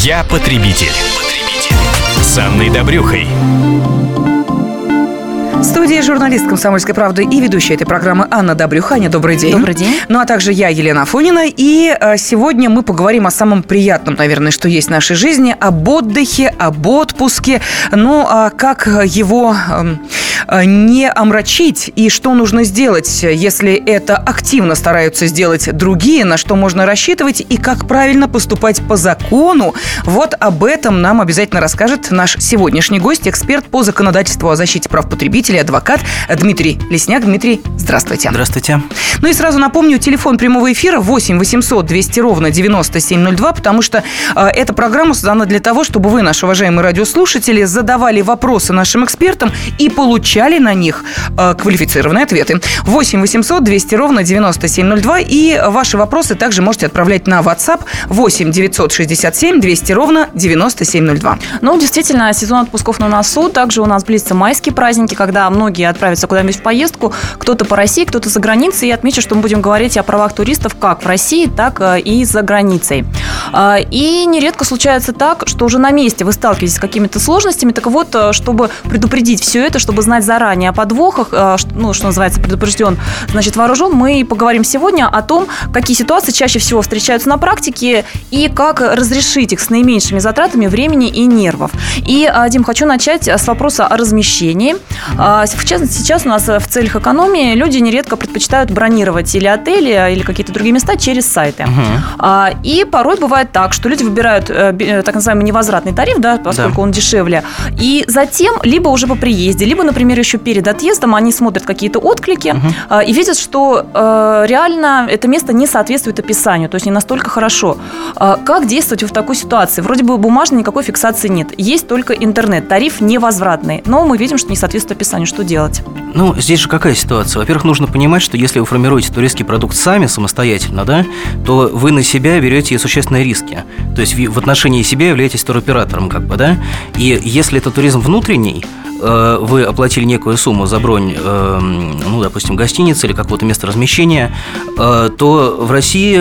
Я потребитель. С Анной Добрюхой. В студии журналист «Комсомольской правды» и ведущая этой программы Анна Добрюха. Аня, добрый день. Добрый день. Ну, а также я, Елена Афонина. И сегодня мы поговорим о самом приятном, наверное, что есть в нашей жизни. Об отдыхе, об отпуске. Ну, а как его не омрачить и что нужно сделать, если это активно стараются сделать другие, на что можно рассчитывать и как правильно поступать по закону. Вот об этом нам обязательно расскажет наш сегодняшний гость, эксперт по законодательству о защите прав потребителей, адвокат Дмитрий Лесняк. Дмитрий, здравствуйте. Здравствуйте. Ну и сразу напомню, телефон прямого эфира 8 800 200 ровно 9702, потому что эта программа создана для того, чтобы вы, наши уважаемые радиослушатели, задавали вопросы нашим экспертам и получали на них квалифицированные ответы. 8 800 200 ровно 9702. И ваши вопросы также можете отправлять на WhatsApp 8 967 200 ровно 9702. Ну, действительно, сезон отпусков на носу. Также у нас близятся майские праздники, когда многие отправятся куда-нибудь в поездку. Кто-то по России, кто-то за границей. И отмечу, что мы будем говорить о правах туристов как в России, так и за границей. И нередко случается так, что уже на месте вы сталкиваетесь с какими-то сложностями. Так вот, чтобы предупредить все это, чтобы знать заранее о подвохах, ну, что называется, предупрежден, значит, вооружен, мы поговорим сегодня о том, какие ситуации чаще всего встречаются на практике и как разрешить их с наименьшими затратами времени и нервов. И, Дим, хочу начать с вопроса о размещении. В частности, сейчас у нас в целях экономии люди нередко предпочитают бронировать или отели, или какие-то другие места через сайты. И порой бывает так, что люди выбирают так называемый невозвратный тариф, да, поскольку он дешевле, и затем либо уже по приезде, либо, например, еще перед отъездом они смотрят какие-то отклики и видят, что реально это место не соответствует описанию, то есть не настолько хорошо. Как действовать в такой ситуации? Вроде бы бумажной никакой фиксации нет, есть только интернет, тариф невозвратный, но мы видим, что не соответствует описанию. Что делать? Ну, здесь же какая ситуация? Во-первых, нужно понимать, что если вы формируете туристский продукт сами, самостоятельно, да, то вы на себя берете существенные риски. То есть в отношении себя являетесь туроператором, как бы, да? И если это туризм внутренний, вы оплатили некую сумму за бронь, ну, допустим, гостиницы или какого-то места размещения, то в России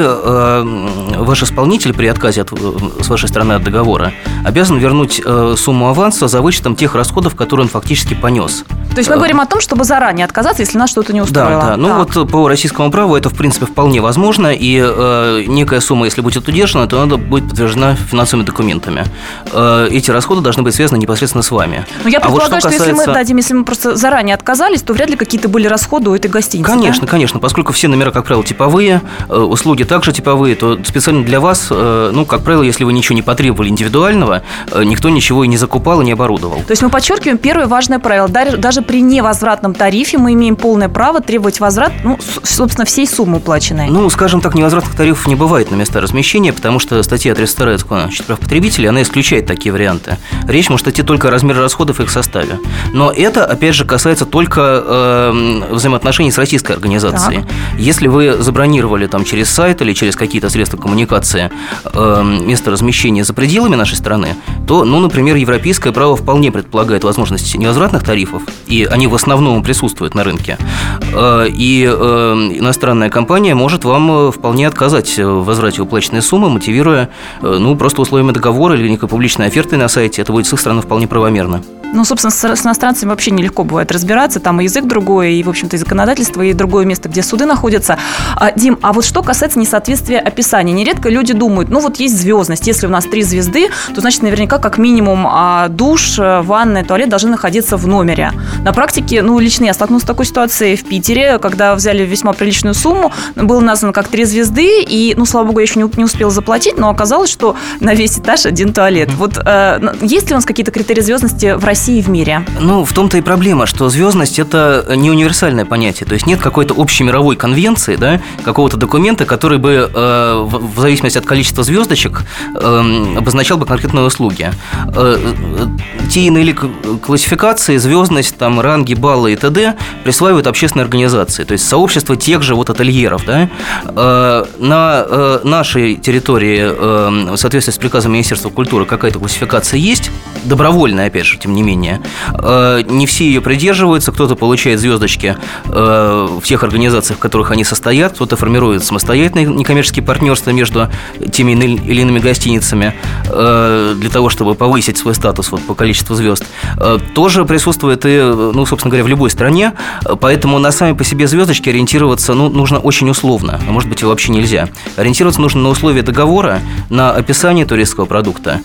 ваш исполнитель при отказе с вашей стороны от договора обязан вернуть сумму аванса за вычетом тех расходов, которые он фактически понес. То есть мы говорим о том, чтобы заранее отказаться, если нас что-то не устроило. Да. Ну вот по российскому праву это, в принципе, вполне возможно, и некая сумма, если будет удержана, то она будет подтверждена финансовыми документами. Эти расходы должны быть связаны непосредственно с вами. Но я предполагаю, что если мы просто заранее отказались, то вряд ли какие-то были расходы у этой гостиницы. Конечно, поскольку все номера, как правило, типовые, услуги также типовые, то специально для вас, ну, как правило, если вы ничего не потребовали индивидуального, никто ничего и не закупал, и не оборудовал. То есть мы подчеркиваем первое важное правило. Даже при невозвратном тарифе мы имеем полное право требовать возврат, ну, собственно, всей суммы уплаченной. Ну, скажем так, невозвратных тарифов не бывает на места размещения, потому что статья 32 Закона о защите прав потребителей, она исключает такие варианты. Речь может идти только о размере расходов и их составе. Но это, опять же, касается только взаимоотношений с российской организацией. Так. Если вы забронировали там через сайт или через какие-то средства коммуникации место размещения за пределами нашей страны, то, ну, например, европейское право вполне предполагает возможность невозвратных тарифов, и они в основном присутствуют на рынке. И иностранная компания может вам вполне отказать в возврате уплаченной суммы, мотивируя, ну, просто условиями договора или некой публичной офертой на сайте. Это будет с их стороны вполне правомерно. Ну, собственно, с иностранцами вообще нелегко бывает разбираться. Там и язык другой, и, в общем-то, и законодательство, и другое место, где суды находятся. Дим, а вот что касается несоответствия описания. Нередко люди думают, ну, вот есть звездность. Если у нас 3 звезды, то, значит, наверняка как минимум душ, ванная, туалет должны находиться в номере. На практике, ну, лично я столкнулась с такой ситуацией в Питере, когда взяли весьма приличную сумму, было названо как 3 звезды, и, ну, слава богу, я еще не успела заплатить, но оказалось, что на весь этаж 1 туалет. Вот есть ли у нас какие-то критерии звездности в России и в мире? Ну, в том-то и проблема, что звездность – это не универсальное понятие. То есть нет какой-то общемировой конвенции, да, какого-то документа, который бы в зависимости от количества звездочек обозначал бы конкретные услуги. Те иные классификации, звездность, там, ранги, баллы и т.д. присваивают общественные организации, то есть сообщество тех же вот ательеров. Да? На нашей территории в соответствии с приказом Министерства культуры какая-то классификация есть, добровольная, опять же, тем не менее. Не все ее придерживаются, кто-то получает звездочки в тех организациях, в которых они состоят, кто-то формирует самостоятельные некоммерческие партнерства между теми или иными гостиницами для того, чтобы повысить свой статус по количеству звезд. Тоже присутствует и, собственно говоря, в любой стране, поэтому на сами по себе звездочки ориентироваться нужно очень условно, а может быть и вообще нельзя. Ориентироваться нужно на условия договора, на описание туристского продукта,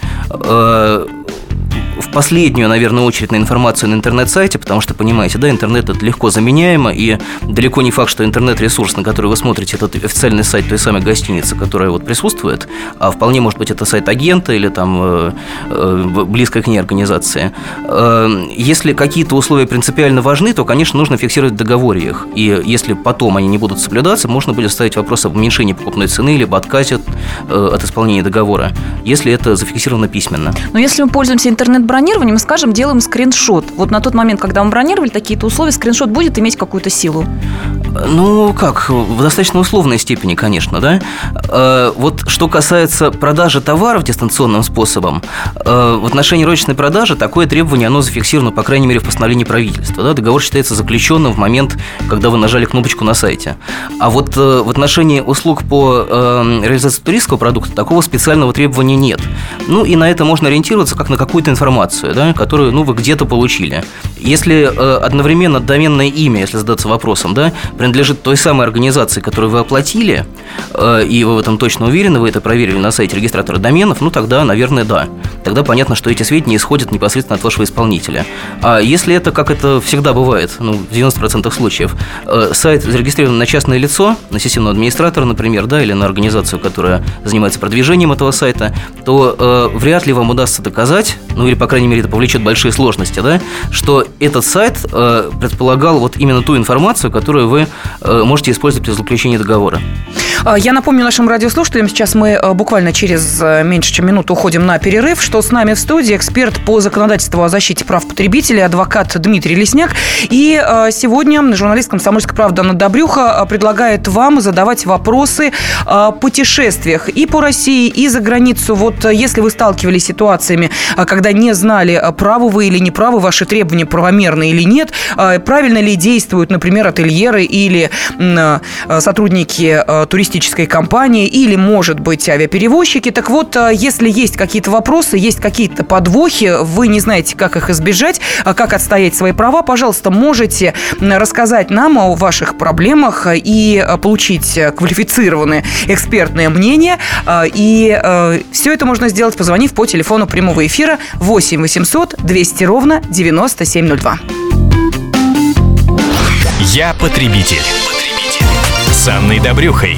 в последнюю, наверное, очередь на информацию на интернет-сайте, потому что, понимаете, да, интернет – это легко заменяемо, и далеко не факт, что интернет-ресурс, на который вы смотрите, это официальный сайт той самой гостиницы, которая присутствует, а вполне может быть это сайт агента или там близкой к ней организации. Если какие-то условия принципиально важны, то, конечно, нужно фиксировать в договоре их, и если потом они не будут соблюдаться, можно будет ставить вопрос об уменьшении покупной цены либо отказе от исполнения договора, если это зафиксировано письменно. Но если мы пользуемся интернет-бронированием, мы, скажем, делаем скриншот. Вот на тот момент, когда мы бронировали такие-то условия, скриншот будет иметь какую-то силу? В достаточно условной степени, конечно, да. Вот что касается продажи товаров дистанционным способом, в отношении розничной продажи такое требование, оно зафиксировано, по крайней мере, в постановлении правительства. Да? Договор считается заключенным в момент, когда вы нажали кнопочку на сайте. А вот в отношении услуг по реализации туристского продукта такого специального требования нет. И на это можно ориентироваться как на какую-то информацию, да, которую, вы где-то получили. Если одновременно доменное имя, если задаться вопросом, да, принадлежит той самой организации, которую вы оплатили, и вы в этом точно уверены, вы это проверили на сайте регистратора доменов, тогда, наверное, да. Тогда понятно, что эти сведения исходят непосредственно от вашего исполнителя. А если это, как это всегда бывает, в 90% случаев, сайт зарегистрирован на частное лицо, на системного администратора, например, да, или на организацию, которая занимается продвижением этого сайта, то вряд ли вам удастся доказать, или, по крайней мере, это повлечет большие сложности, да, что этот сайт предполагал именно ту информацию, которую вы можете использовать при заключении договора. Я напомню нашим радиослушателям, сейчас мы буквально через меньше чем минуту уходим на перерыв, что с нами в студии эксперт по законодательству о защите прав потребителей, адвокат Дмитрий Лесняк. И сегодня журналист «Комсомольской правды» Анна Добрюха предлагает вам задавать вопросы о путешествиях и по России, и за границу. Если вы сталкивались с ситуациями, когда не знали, правы вы или не правы, ваши требования правомерны или нет, правильно ли действуют, например, ательеры или сотрудники туристической компании или, может быть, авиаперевозчики. Так вот, если есть какие-то вопросы, есть какие-то подвохи, вы не знаете, как их избежать, как отстоять свои права, пожалуйста, можете рассказать нам о ваших проблемах и получить квалифицированное экспертное мнение. И все это можно сделать, позвонив по телефону прямого эфира 8 800 200 ровно 9702. Я потребитель. С Анной Добрюхой.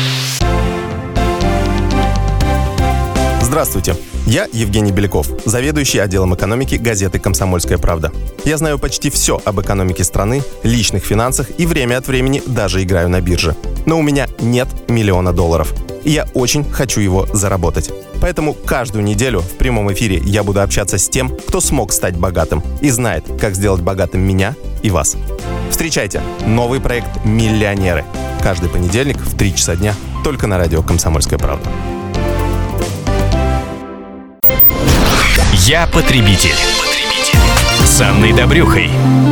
Здравствуйте, я Евгений Беляков, заведующий отделом экономики газеты «Комсомольская правда». Я знаю почти все об экономике страны, личных финансах и время от времени даже играю на бирже. Но у меня нет $1 миллиона. И я очень хочу его заработать. Поэтому каждую неделю в прямом эфире я буду общаться с тем, кто смог стать богатым и знает, как сделать богатым меня и вас. Встречайте новый проект «Миллионеры». Каждый понедельник в 3 часа дня только на радио «Комсомольская правда». Я потребитель. С Анной Добрюхой.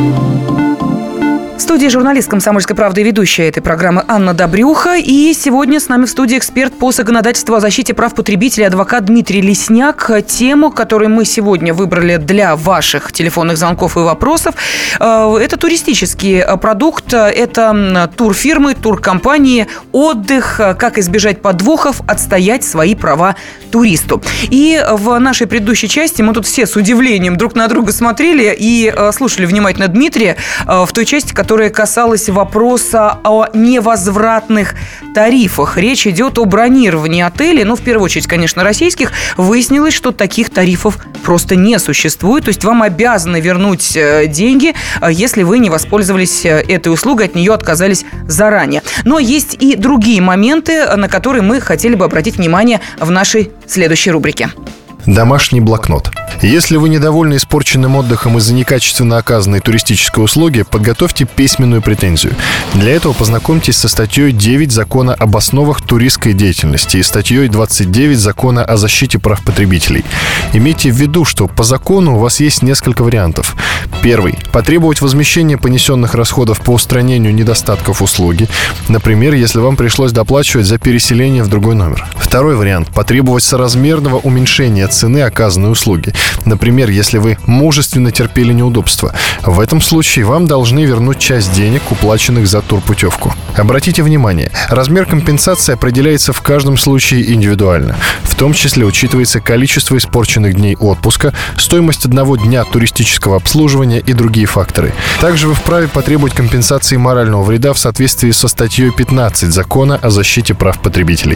В студии журналист «Комсомольской правды» и ведущая этой программы Анна Добрюха. И сегодня с нами в студии эксперт по законодательству о защите прав потребителей, адвокат Дмитрий Лесняк. Тему, которую мы сегодня выбрали для ваших телефонных звонков и вопросов, это туристический продукт, это турфирмы, туркомпании, отдых, как избежать подвохов, отстоять свои права туристу. И в нашей предыдущей части мы тут все с удивлением друг на друга смотрели и слушали внимательно Дмитрия в той части, которая касалась вопроса о невозвратных тарифах. Речь идет о бронировании отелей, в первую очередь, конечно, российских. Выяснилось, что таких тарифов просто не существует. То есть вам обязаны вернуть деньги, если вы не воспользовались этой услугой, от нее отказались заранее. Но есть и другие моменты, на которые мы хотели бы обратить внимание в нашей следующей рубрике. Домашний блокнот. Если вы недовольны испорченным отдыхом из-за некачественно оказанной туристической услуги, подготовьте письменную претензию. Для этого познакомьтесь со статьей 9 Закона об основах туристской деятельности и статьей 29 Закона о защите прав потребителей. Имейте в виду, что по закону у вас есть несколько вариантов. Первый. Потребовать возмещения понесенных расходов по устранению недостатков услуги. Например, если вам пришлось доплачивать за переселение в другой номер. Второй вариант. Потребовать соразмерного уменьшения цены оказанной услуги. Например, если вы мужественно терпели неудобства. В этом случае вам должны вернуть часть денег, уплаченных за турпутевку. Обратите внимание, размер компенсации определяется в каждом случае индивидуально. В том числе учитывается количество испорченных дней отпуска, стоимость одного дня туристического обслуживания и другие факторы. Также вы вправе потребовать компенсации морального вреда в соответствии со статьей 15 Закона о защите прав потребителей.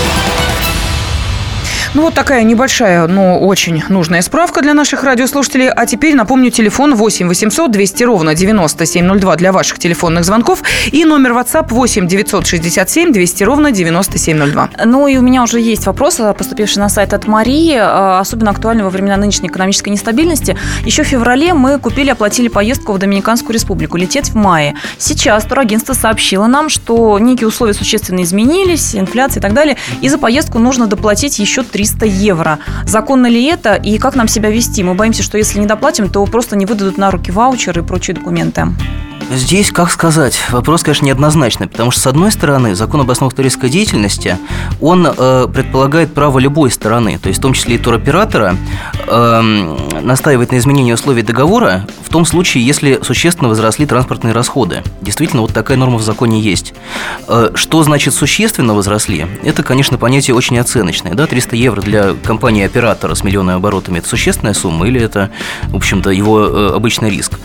Ну, вот такая небольшая, но очень нужная справка для наших радиослушателей. А теперь напомню, телефон 8 800 200 ровно 9702 для ваших телефонных звонков. И номер WhatsApp 8 967 200 ровно 9702. Ну, и у меня уже есть вопрос, поступивший на сайт от Марии, особенно актуальный во времена нынешней экономической нестабильности. Еще в феврале мы оплатили поездку в Доминиканскую республику, лететь в мае. Сейчас турагентство сообщило нам, что некие условия существенно изменились, инфляция и так далее, и за поездку нужно доплатить еще 300 евро. Законно ли это и как нам себя вести? Мы боимся, что если не доплатим, то просто не выдадут на руки ваучеры и прочие документы. Здесь, как сказать, вопрос, конечно, неоднозначный, потому что, с одной стороны, закон об основах туристской деятельности, он предполагает право любой стороны, то есть в том числе и туроператора, настаивать на изменении условий договора в том случае, если существенно возросли транспортные расходы. Действительно, вот такая норма в законе есть. Что значит существенно возросли? Это, конечно, понятие очень оценочное. Да? 300 евро для компании-оператора с миллионными оборотами – это существенная сумма или это, в общем-то, его обычный риск?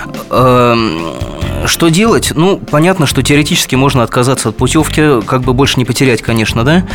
Что делать? Ну, понятно, что теоретически можно отказаться от путевки, как бы больше не потерять, конечно, да?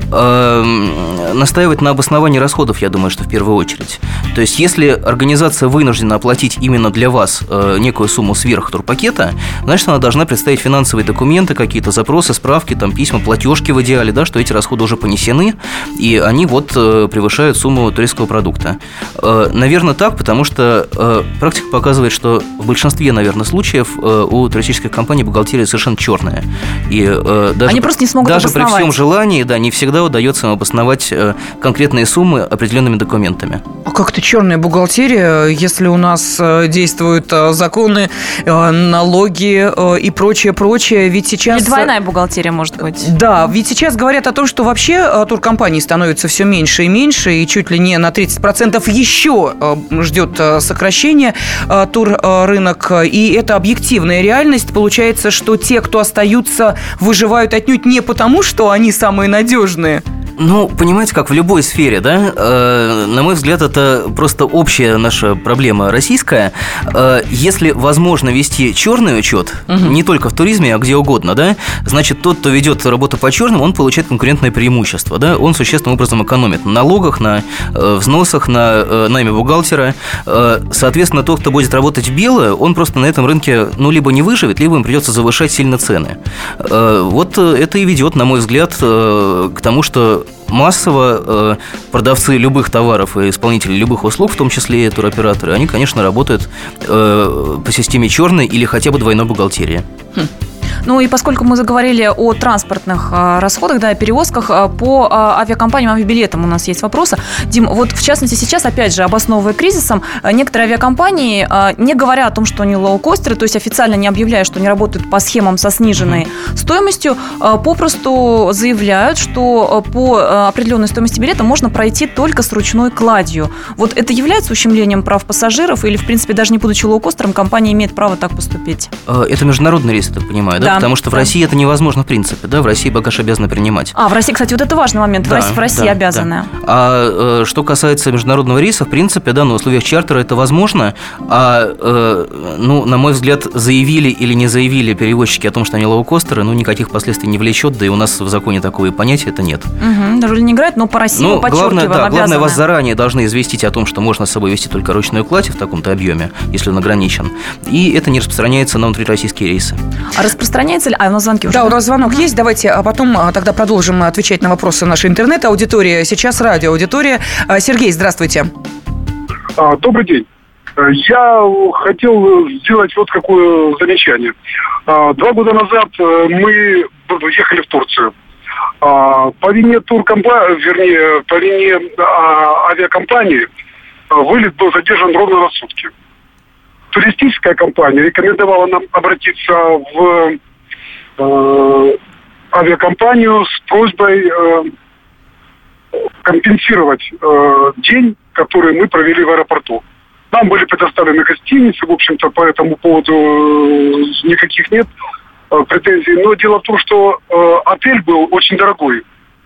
Настаивать на обосновании расходов, я думаю, что в первую очередь. То есть, если организация вынуждена оплатить именно для вас некую сумму сверх турпакета, значит, она должна представить финансовые документы, какие-то запросы, справки, там, письма, платежки в идеале, да, что эти расходы уже понесены, и они вот превышают сумму туристского продукта. Наверное, так, потому что практика показывает, что в большинстве, наверное, случаев у туристических компаний бухгалтерия совершенно черная. И даже, они просто не смогут даже обосновать. при всем желании, да, не всегда удается им обосновать конкретные суммы определенными документами. А как это черная бухгалтерия, если у нас действуют законы, налоги и прочее? Ведь сейчас... И двойная бухгалтерия, может быть. Да, ведь сейчас говорят о том, что вообще туркомпаний становится все меньше и меньше, и чуть ли не на 30% еще ждет сокращение туррынок, и это объективная реальность. Получается, что те, кто остаются, выживают отнюдь не потому, что они самые надежные. Ну, понимаете, как в любой сфере, да, на мой взгляд, это просто общая наша проблема российская. Если возможно вести черный учет, не только в туризме, а где угодно, да, значит, тот, кто ведет работу по черному, он получает конкурентное преимущество, да, он существенным образом экономит на налогах, на взносах, на найме бухгалтера. Соответственно, тот, кто будет работать в белое, он просто на этом рынке, ну, либо не выживет, либо им придется завышать сильно цены. Вот это и ведет, на мой взгляд, к тому, что массово продавцы любых товаров и исполнители любых услуг, в том числе и туроператоры, они, конечно, работают по системе черной или хотя бы двойной бухгалтерии. Ну и поскольку мы заговорили о транспортных расходах, да, о перевозках, по авиакомпаниям, авиабилетам у нас есть вопросы. Дим, вот в частности сейчас, опять же, обосновывая кризисом, некоторые авиакомпании, не говоря о том, что они лоукостеры, то есть официально не объявляя, что они работают по схемам со сниженной стоимостью, попросту заявляют, что по определенной стоимости билета можно пройти только с ручной кладью. Вот это является ущемлением прав пассажиров или, в принципе, даже не будучи лоукостером, компания имеет право так поступить? Это международный рейс, я так понимаю, да? Потому что в России это невозможно в принципе, да, в России багаж обязаны принимать. В России, кстати, вот это важный момент, в России обязаны. Да. А что касается международного рейса, в принципе, да, на условиях чартера это возможно, ну, на мой взгляд, заявили или не заявили перевозчики о том, что они лоукостеры, ну, никаких последствий не влечет, да и у нас в законе такого понятия это нет. Роль не играет, но по России мы подчеркиваем, обязаны. Главное, вас заранее должны известить о том, что можно с собой вести только ручную кладь в таком-то объеме, если он ограничен, и это не распространяется на внутрироссийские рейсы. А распространяется распространяется ли... у нас звонки уже. Да, у нас звонок есть. Давайте потом тогда продолжим отвечать на вопросы нашей интернет-аудитории. Сейчас радиоаудитория. Сергей, здравствуйте. Добрый день. Я хотел сделать вот какое замечание. 2 года назад мы ехали в Турцию. По вине авиакомпании вылет был задержан ровно на сутки. Туристическая компания рекомендовала нам обратиться в авиакомпанию с просьбой компенсировать день, который мы провели в аэропорту. Нам были предоставлены гостиницы, в общем-то, по этому поводу никаких нет претензий. Но дело в том, что отель был очень дорогой.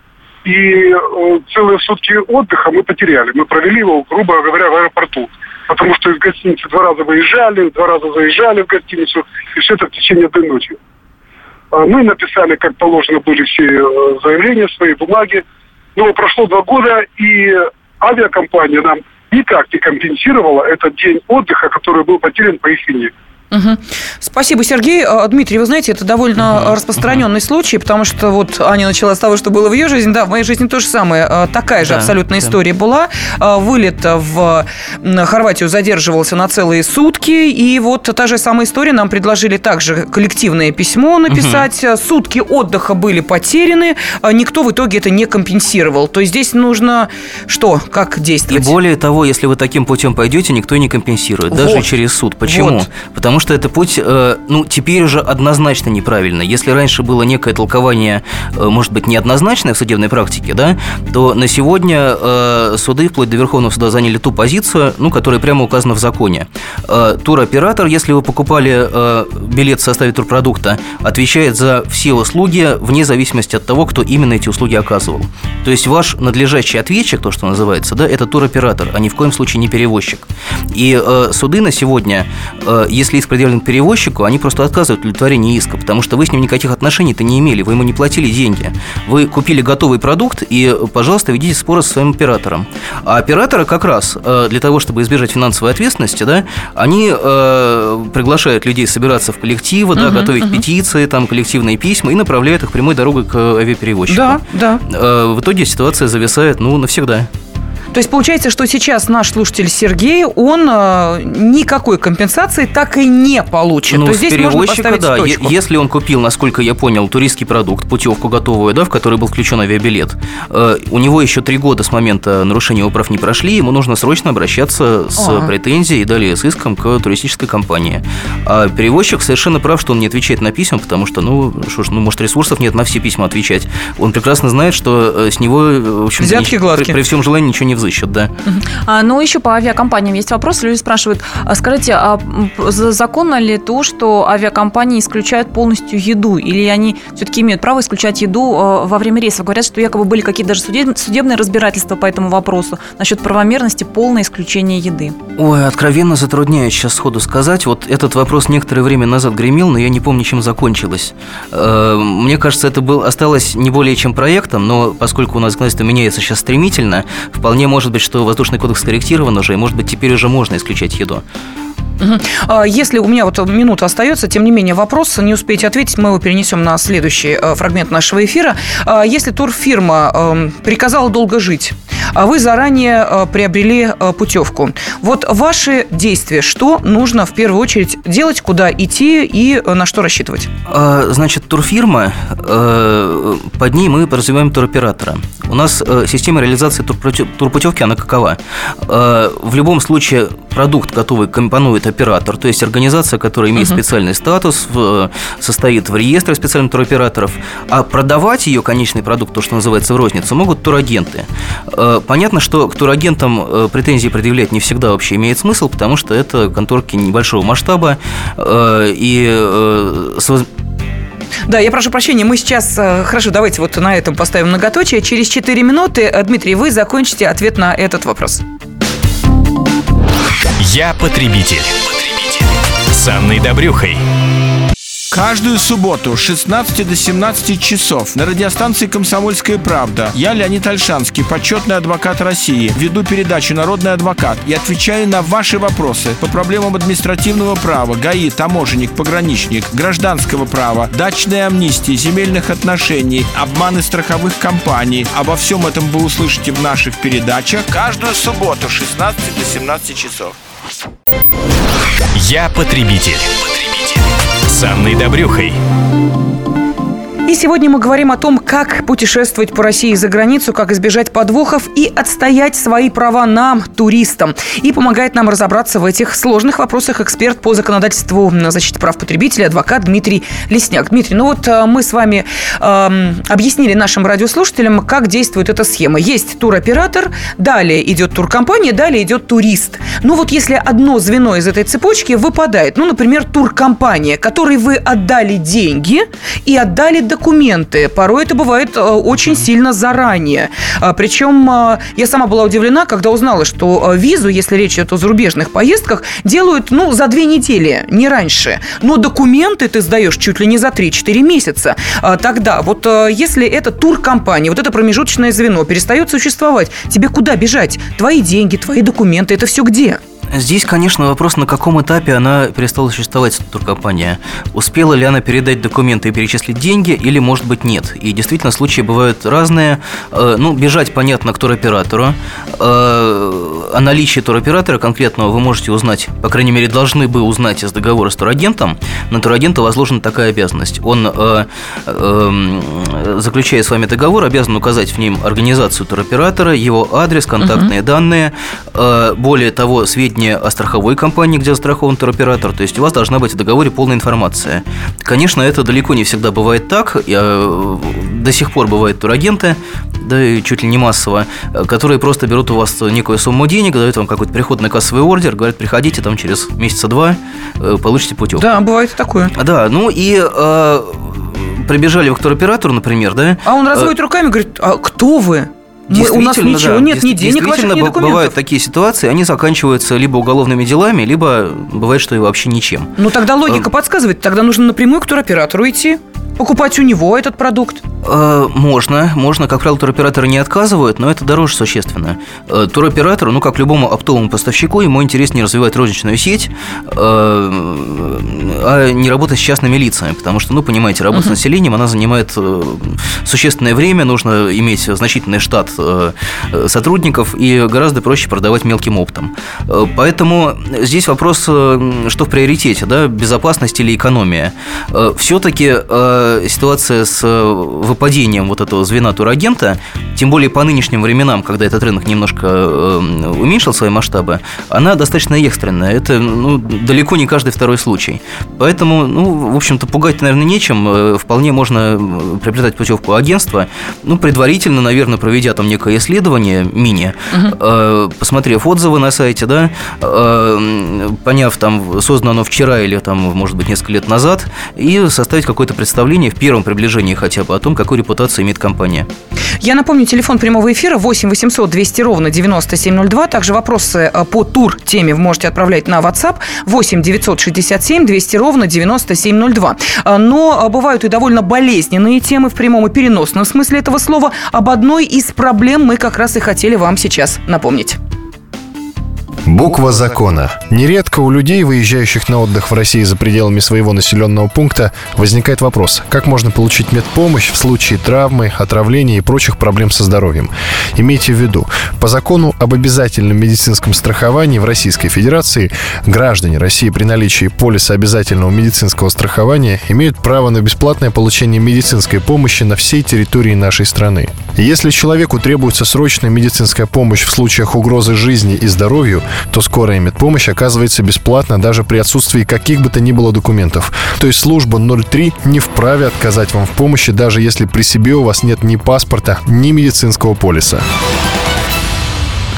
И целые сутки отдыха мы потеряли. Мы провели его, грубо говоря, в аэропорту. Потому что из гостиницы 2 раза выезжали, 2 раза заезжали в гостиницу. И все это в течение одной ночи. Мы написали, как положено, были все заявления, свои бумаги. Но прошло 2 года, и авиакомпания нам никак не компенсировала этот день отдыха, который был потерян по их вине. Угу. Спасибо, Сергей. Дмитрий, вы знаете, это довольно распространенный случай, потому что вот Аня начала с того, что было в ее жизни. Да, в моей жизни то же самое. Такая же абсолютно история была. Вылет в Хорватию задерживался на целые сутки. И вот та же самая история. Нам предложили также коллективное письмо написать. Сутки отдыха были потеряны. Никто в итоге это не компенсировал. То есть здесь нужно что? Как действовать? И более того, если вы таким путем пойдете, никто не компенсирует. Даже через суд. Почему? Потому что это путь, теперь уже однозначно неправильный. Если раньше было некое толкование, может быть, неоднозначное в судебной практике, да, то на сегодня суды, вплоть до Верховного суда, заняли ту позицию, которая прямо указана в законе. Туроператор, если вы покупали билет в составе турпродукта, отвечает за все услуги вне зависимости от того, кто именно эти услуги оказывал. То есть ваш надлежащий ответчик, то, что называется, да, это туроператор, а ни в коем случае не перевозчик. И суды на сегодня, если иск предъявлен перевозчику, они просто отказывают в удовлетворении иска, потому что вы с ним никаких отношений-то не имели, вы ему не платили деньги. Вы купили готовый продукт и, пожалуйста, ведите споры со своим оператором. А операторы как раз для того, чтобы избежать финансовой ответственности, да, они приглашают людей собираться в коллективы, да, готовить петиции, там, коллективные письма и направляют их прямой дорогой к авиаперевозчику. Да. В итоге ситуация зависает, навсегда. То есть получается, что сейчас наш слушатель Сергей, он никакой компенсации так и не получит. То есть здесь можно поставить точку. Если он купил, насколько я понял, туристский продукт, путевку готовую, да, в которой был включен авиабилет, у него еще 3 года с момента нарушения его прав не прошли, ему нужно срочно обращаться с претензией и далее с иском к туристической компании. А перевозчик совершенно прав, что он не отвечает на письма, потому что, может, ресурсов нет на все письма отвечать. Он прекрасно знает, что с него, в общем, при всем желании ничего не взыщут. Да. Еще по авиакомпаниям есть вопрос. Люди спрашивают, скажите, законно ли то, что авиакомпании исключают полностью еду? Или они все-таки имеют право исключать еду во время рейсов? Говорят, что якобы были какие-то даже судебные разбирательства по этому вопросу насчет правомерности полное исключение еды. Откровенно затрудняюсь сейчас сходу сказать. Вот этот вопрос некоторое время назад гремел, но я не помню, чем закончилось. Мне кажется, это осталось не более чем проектом, но поскольку у нас законодательство меняется сейчас стремительно, вполне может быть, что воздушный кодекс скорректирован уже, и, может быть, теперь уже можно исключать еду. Если у меня минута остается, тем не менее, вопрос, не успеете ответить, мы его перенесем на следующий фрагмент нашего эфира. Если турфирма приказала долго жить, а вы заранее приобрели путевку, вот ваши действия, что нужно в первую очередь делать, куда идти и на что рассчитывать? Значит, турфирма, под ней мы подразумеваем туроператора. У нас система реализации турпутевки, она какова? В любом случае продукт готовый компонует оператор, то есть организация, которая имеет специальный статус, состоит в реестре специальных туроператоров, а продавать ее конечный продукт, то, что называется в розницу, могут турагенты. Понятно, что к турагентам претензии предъявлять не всегда вообще имеет смысл, потому что это конторки небольшого масштаба Да, я прошу прощения, мы сейчас... Хорошо, давайте вот на этом поставим многоточие. Через 4 минуты, Дмитрий, вы закончите ответ на этот вопрос. Я потребитель. С Анной Добрюхой. Каждую субботу с 16 до 17 часов на радиостанции «Комсомольская правда» я, Леонид Ольшанский, почетный адвокат России, веду передачу «Народный адвокат» и отвечаю на ваши вопросы по проблемам административного права, ГАИ, таможенник, пограничник, гражданского права, дачной амнистии, земельных отношений, обманы страховых компаний. Обо всем этом вы услышите в наших передачах каждую субботу с 16 до 17 часов. Я потребитель. С Анной Добрюхой. И сегодня мы говорим о том, как путешествовать по России и за границу, как избежать подвохов и отстоять свои права нам, туристам. И помогает нам разобраться в этих сложных вопросах эксперт по законодательству на защиту прав потребителей, адвокат Дмитрий Лесняк. Дмитрий, мы с вами объяснили нашим радиослушателям, как действует эта схема. Есть туроператор, далее идет туркомпания, далее идет турист. Если одно звено из этой цепочки выпадает, например, туркомпания, которой вы отдали деньги и отдали документы. Порой это бывает очень сильно заранее. Причем я сама была удивлена, когда узнала, что визу, если речь идет о зарубежных поездках, делают, за 2 недели, не раньше. Но документы ты сдаешь чуть ли не за 3-4 месяца. Тогда, если это туркомпания, это промежуточное звено перестает существовать, тебе куда бежать? Твои деньги, твои документы, это все где? Здесь, конечно, вопрос, на каком этапе она перестала существовать, эта туркомпания. Успела ли она передать документы и перечислить деньги, или, может быть, нет. И действительно, случаи бывают разные. Бежать, понятно, к туроператору. О наличии туроператора конкретного вы можете узнать, по крайней мере, должны бы узнать из договора с турагентом. На турагента возложена такая обязанность. Он, заключая с вами договор, обязан указать в нем организацию туроператора, его адрес, контактные данные. Более того, сведения о страховой компании, где застрахован туроператор. То есть у вас должна быть в договоре полная информация. Конечно, это далеко не всегда бывает так. До сих пор бывают турагенты, да и чуть ли не массово, которые просто берут у вас некую сумму денег, дают вам какой-то приходный кассовый ордер, говорят, приходите там через месяца 2, получите путевку. Да, бывает такое. Да, прибежали вы к туроператору, например, да? А он разводит руками и говорит, а кто вы? У нас ничего нет, ни денег ваших, ни документов. Бывают такие ситуации, они заканчиваются либо уголовными делами, либо бывает, что и вообще ничем. Тогда логика подсказывает, тогда нужно напрямую к туроператору идти, покупать у него этот продукт. Можно, как правило, туроператоры не отказывают, но это дороже существенно. Туроператору, как любому оптовому поставщику, ему интереснее развивать розничную сеть, а не работать с частными лицами, потому что, понимаете, работа с населением, она занимает существенное время, нужно иметь значительный штат сотрудников и гораздо проще продавать мелким оптом. Поэтому здесь вопрос, что в приоритете, да, безопасность или экономия. Все-таки ситуация с выпадением этого звена турагента, тем более по нынешним временам, когда этот рынок немножко уменьшил свои масштабы, она достаточно экстренная. Это далеко не каждый второй случай. Поэтому, в общем-то, пугать, наверное, нечем. Вполне можно приобретать путевку агентства, предварительно, наверное, проведя там некое исследование, посмотрев отзывы на сайте, да, поняв, там, создано оно вчера или, там, может быть, несколько лет назад, и составить какое-то представление в первом приближении хотя бы о том, какую репутацию имеет компания. Я напомню, телефон прямого эфира 8 800 200 ровно 9702. Также вопросы по тур-теме вы можете отправлять на WhatsApp 8 967 200 ровно 9702. Но бывают и довольно болезненные темы в прямом и переносном смысле этого слова. Об одной из проблем мы как раз и хотели вам сейчас напомнить. Буква закона. Нередко у людей, выезжающих на отдых в России за пределами своего населенного пункта, возникает вопрос, как можно получить медпомощь в случае травмы, отравления и прочих проблем со здоровьем. Имейте в виду, по закону об обязательном медицинском страховании в Российской Федерации граждане России при наличии полиса обязательного медицинского страхования имеют право на бесплатное получение медицинской помощи на всей территории нашей страны. Если человеку требуется срочная медицинская помощь в случаях угрозы жизни и здоровью, то скорая медпомощь оказывается бесплатно даже при отсутствии каких бы то ни было документов. То есть служба 03 не вправе отказать вам в помощи, даже если при себе у вас нет ни паспорта, ни медицинского полиса.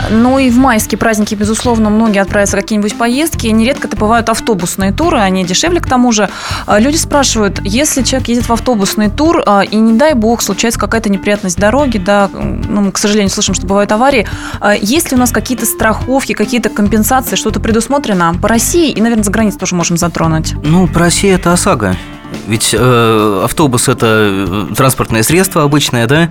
Ну и в майские праздники, безусловно, многие отправятся в какие-нибудь поездки. Нередко это бывают автобусные туры, они дешевле к тому же. Люди спрашивают, если человек едет в автобусный тур, и не дай бог, случается какая-то неприятность дороги, да, ну, мы, к сожалению, слышим, что бывают аварии, есть ли у нас какие-то страховки, какие-то компенсации, что-то предусмотрено по России и, наверное, за границей тоже можем затронуть? Ну, по России это ОСАГО. Ведь автобус – это транспортное средство обычное, да,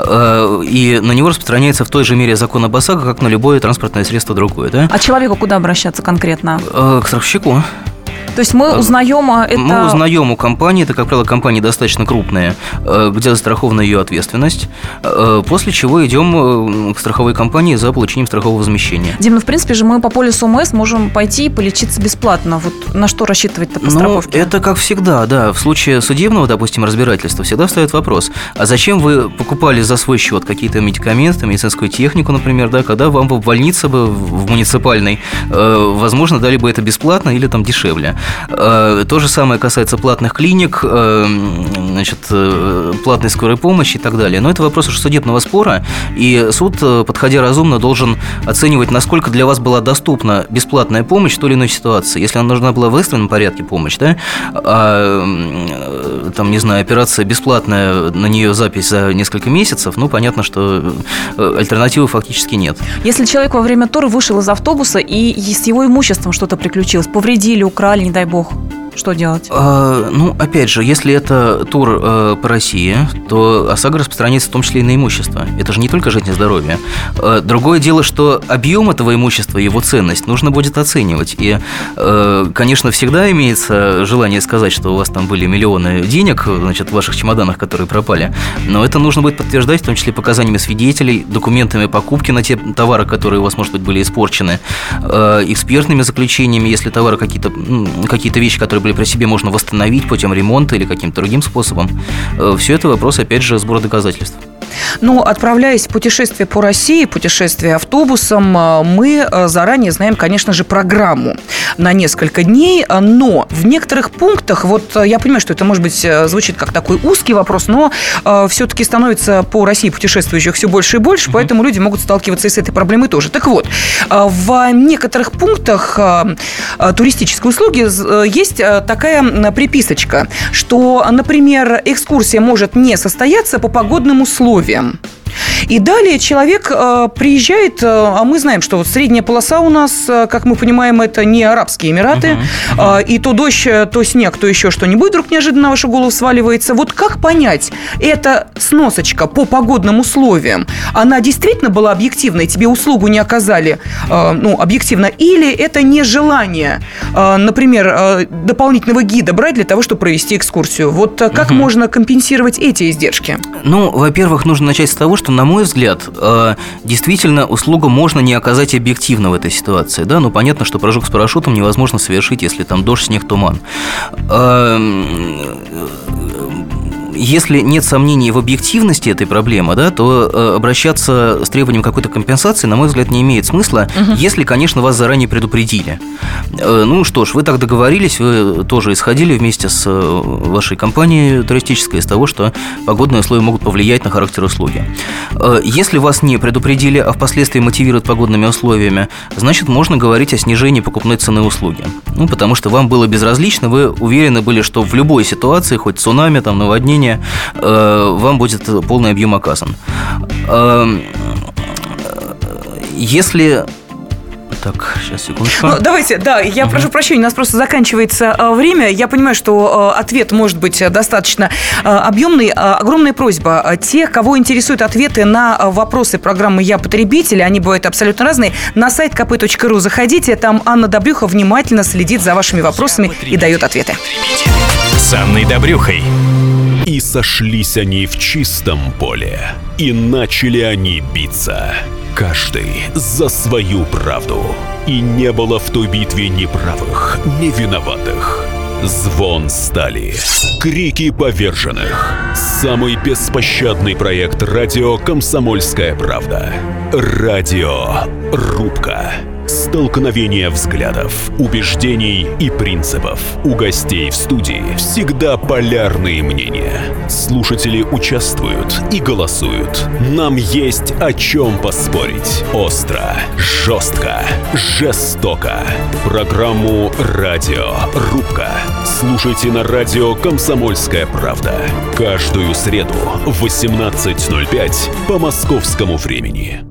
и на него распространяется в той же мере закон об ОСАГО, как на любое транспортное средство другое, да. А человеку куда обращаться конкретно? К страховщику. То есть мы узнаем это... Мы узнаем у компании, это, как правило, компании достаточно крупные, где застрахована ее ответственность, после чего идем к страховой компании за получением страхового возмещения. Дим, ну, в принципе же мы по полису ОМС можем пойти и полечиться бесплатно. Вот на что рассчитывать-то по страховке? Это как всегда, да. В случае судебного, допустим, разбирательства всегда встает вопрос, а зачем вы покупали за свой счет какие-то медикаменты, медицинскую технику, например, да, когда вам в больнице бы, в муниципальной, возможно, дали бы это бесплатно или там дешевле. То же самое касается платных клиник, значит, платной скорой помощи и так далее. Но это вопрос уже судебного спора, и суд, подходя разумно, должен оценивать, насколько для вас была доступна бесплатная помощь в той или иной ситуации. Если нам нужна была в экстренном порядке помощь, да, там, не знаю, операция бесплатная, на нее запись за несколько месяцев, ну, понятно, что альтернативы фактически нет. Если человек во время тура вышел из автобуса и с его имуществом что-то приключилось, повредили, украли, не дай бог, что делать? Ну, опять же, если это тур по России, то ОСАГО распространяется в том числе и на имущество. Это же не только жизнь и здоровье. Другое дело, что объем этого имущества, его ценность нужно будет оценивать. И, конечно, всегда имеется желание сказать, что у вас там были миллионы денег, значит, в ваших чемоданах, которые пропали. Но это нужно будет подтверждать, в том числе показаниями свидетелей, документами покупки на те товары, которые у вас, может быть, были испорчены, экспертными заключениями, если товары какие-то вещи, которые были при себе, можно восстановить путем ремонта или каким-то другим способом. Все это вопрос, опять же, сбора доказательств. Ну, отправляясь в путешествие по России, путешествие автобусом, мы заранее знаем, конечно же, программу на несколько дней, но в некоторых пунктах, вот я понимаю, что это, может быть, звучит как такой узкий вопрос, но все-таки становится по России путешествующих все больше и больше, поэтому люди могут сталкиваться и с этой проблемой тоже. Так вот, в некоторых пунктах туристической услуги есть такая приписочка, что, например, экскурсия может не состояться по погодным условиям. И далее человек приезжает, а мы знаем, что вот средняя полоса у нас, как мы понимаем, это не Арабские Эмираты, и то дождь, то снег, то еще что-нибудь вдруг неожиданно на вашу голову сваливается. Вот как понять, эта сносочка по погодным условиям, она действительно была объективной, тебе услугу не оказали, объективно, или это нежелание, например, дополнительного гида брать для того, чтобы провести экскурсию? Вот как можно компенсировать эти издержки? Ну, во-первых, нужно начать с того, что, на мой взгляд, действительно услугу можно не оказать объективно в этой ситуации. Да? Ну, понятно, что прыжок с парашютом невозможно совершить, если там дождь, снег, туман. Если нет сомнений в объективности этой проблемы, да, то обращаться с требованием какой-то компенсации, на мой взгляд, не имеет смысла, если, конечно, вас заранее предупредили. Ну что ж, вы так договорились, вы тоже исходили вместе с вашей компанией туристической из того, что погодные условия могут повлиять на характер услуги. Если вас не предупредили, а впоследствии мотивируют погодными условиями, значит, можно говорить о снижении покупной цены услуги. Ну, потому что вам было безразлично, вы уверены были, что в любой ситуации, хоть цунами, там, наводнение, вам будет полный объем оказан. Если... Так, сейчас, секундочку. Ну, давайте, да, я прошу прощения, у нас просто заканчивается время. Я понимаю, что ответ может быть достаточно объемный. Огромная просьба. Те, кого интересуют ответы на вопросы программы «Я потребитель», они бывают абсолютно разные, на сайт kp.ru заходите, там Анна Добрюха внимательно следит за вашими вопросами и дает ответы. С Анной Добрюхой. И сошлись они в чистом поле, и начали они биться. Каждый за свою правду. И не было в той битве ни правых, ни виноватых. Звон стали, крики поверженных. Самый беспощадный проект радио «Комсомольская правда». Радиорубка. Столкновение взглядов, убеждений и принципов. У гостей в студии всегда полярные мнения. Слушатели участвуют и голосуют. Нам есть о чем поспорить. Остро, жестко, жестоко. Программу «Радиорубка» слушайте на радио «Комсомольская правда». Каждую среду в 18:05 по московскому времени.